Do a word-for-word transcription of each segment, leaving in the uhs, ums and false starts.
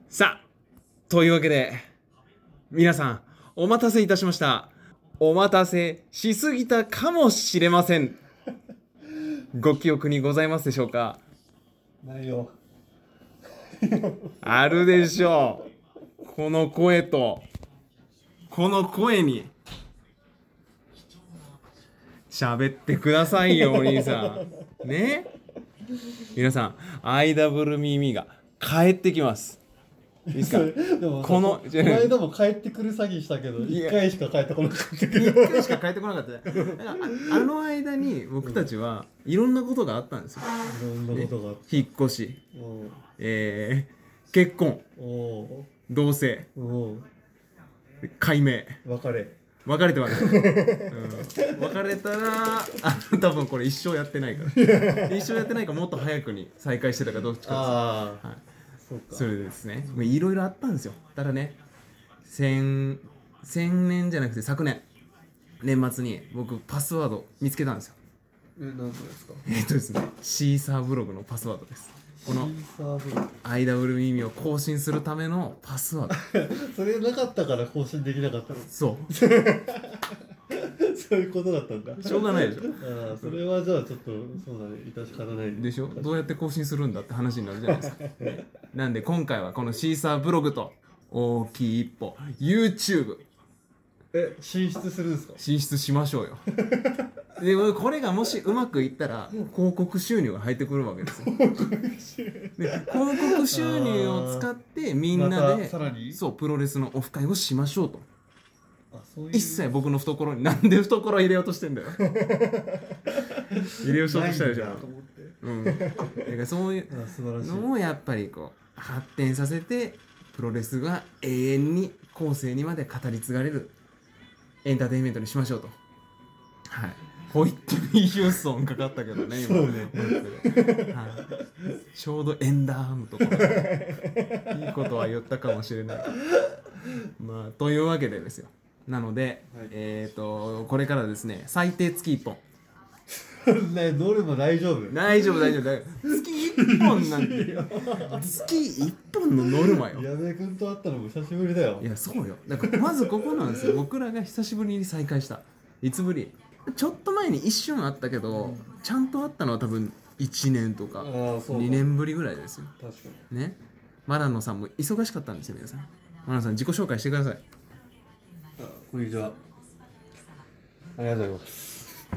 さあ、というわけで、皆さん、お待たせいたしました。お待たせしすぎたかもしれません。ご記憶にございますでしょうか？ ないよ。 あるでしょう。この声と、この声に、喋ってくださいよ、お兄さん。ね？皆さん、アイダブルミーミーが帰ってきます。いいですか？ でもこのこの間も帰ってくる詐欺したけどいやいっかいしか帰ってこなかったけ一ど回しか帰ってこなかったね。だからああの間に僕たちはいろんなことがあったんですよ。 いろんなことがあっ引っ越し、 た。おうえー、結婚、 おう同棲、 おう改名、 別れ。 別れてはない、うん、別れたらあの多分これ一生やってないから一生やってないかもっと早くに再会してたかどっちかああ、 です、はい、 そうか。 それでですねいろいろあったんですよ。ただね先先年じゃなくて昨年年末に僕パスワード見つけたんですよ。 え、何ですか？ えっとですねシーサーブログのパスワードです。このシーサーブログアイダブリュー 耳を更新するためのパスワードそれなかったから更新できなかったの。 そうそういうことだったんだ。 しょうがないでしょ。 ああ、それはじゃあちょっとそうだね、致し方ないでしょ。どうやって更新するんだって話になるじゃないですか、ね、なんで今回はこのシーサーブログと大きい一歩 YouTube え、進出するんですか？ 進出しましょうよでこれがもしうまくいったら広告収入が入ってくるわけですよで広告収入を使ってみんなまで、 たさらにそうプロレスのオフ会をしましょうと。 あ、そういう一切僕の懐になんで懐入れようとしてんだよ入れようとしたでしょ。 ないんだと思ってうんだからそういうあ、素晴らしい。 のをやっぱりこう発展させてプロレスが永遠に後世にまで語り継がれるエンターテインメントにしましょうと。はいホイットニー・ヒューストンかかったけどね今そうねはい、ちょうどエンダーのところでいいことは言ったかもしれないまあというわけでですよ。なので、 はいえっ、とこれからですね最低月いっぽんね、ノルマ大丈夫？ 大丈夫大丈夫大丈夫月いっぽんなんて月いっぽんのノルマよ。 矢部君と会ったのも久しぶりだよ。 いやそうよ。だからまずここなんですよ僕らが久しぶりに再会した。いつぶり？ちょっと前に一瞬あったけど、うん、ちゃんと会ったのは多分いちねんとかにねんぶりぐらいですよ。 確かにね。マラノさんも忙しかったんですよ皆さん。マラノさん自己紹介してください。 あ、こんにちは。ありがとうございます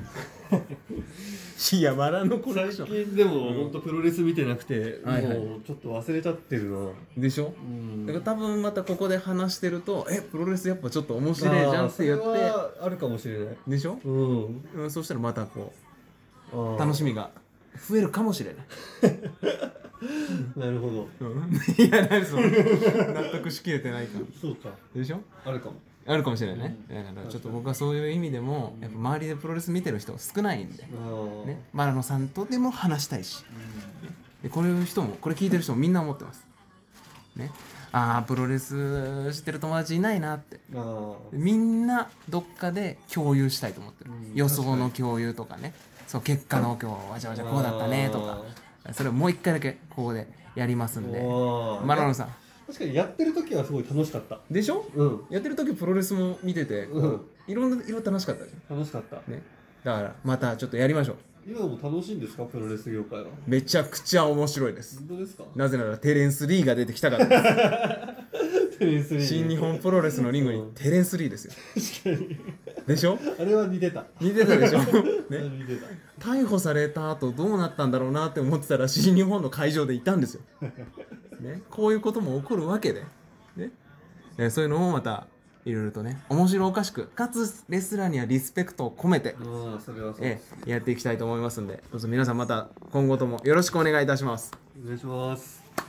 いやマラノコレクション最近でも本当プロレス見てなくて、うん、もうちょっと忘れちゃってるな。 でしょ、うん、だから多分またここで話してるとえプロレスやっぱちょっと面白いじゃんって言ってあるかもしれないでしょ、うんうん、そしたらまたこう楽しみが増えるかもしれないなるほど、 うん、いや何その納得しきれてないかそうかでしょあるかもあるかもしれないね、うん、だからちょっと僕はそういう意味でもやっぱ周りでプロレス見てる人少ないんで、ね、マラノさんとでも話したいし、うん、でこういう人もこれ聞いてる人もみんな思ってます、ね、ああプロレス知ってる友達いないなってみんなどっかで共有したいと思ってる、うん、予想の共有とかねそう結果の今日わちゃわちゃこうだったねとかそれをもう一回だけここでやりますんでマラノさん確かにやってる時はすごい楽しかったでしょ、うん、やってる時プロレスも見てて、うん、いろんな色楽しかったじゃん。 楽しかった、 ね、だからまたちょっとやりましょう。 今も楽しいんですかプロレス業界は？ めちゃくちゃ面白いです。 本当ですか？ なぜならテレンス・リーが出てきたからですテレンスリー新日本プロレスのリングにテレンス・リーですよ。 確かにでしょ？ あれは似てた似てたでしょ、ね、 似てた。 逮捕された後どうなったんだろうなって思ってたら新日本の会場でいたんですよ、ね、こういうことも起こるわけでね、えー、そういうのもまたいろいろとね面白おかしくかつレスラーにはリスペクトを込めて、 それはそうえー、やっていきたいと思いますんでどうぞ皆さんまた今後ともよろしくお願いいたします。 お願いします。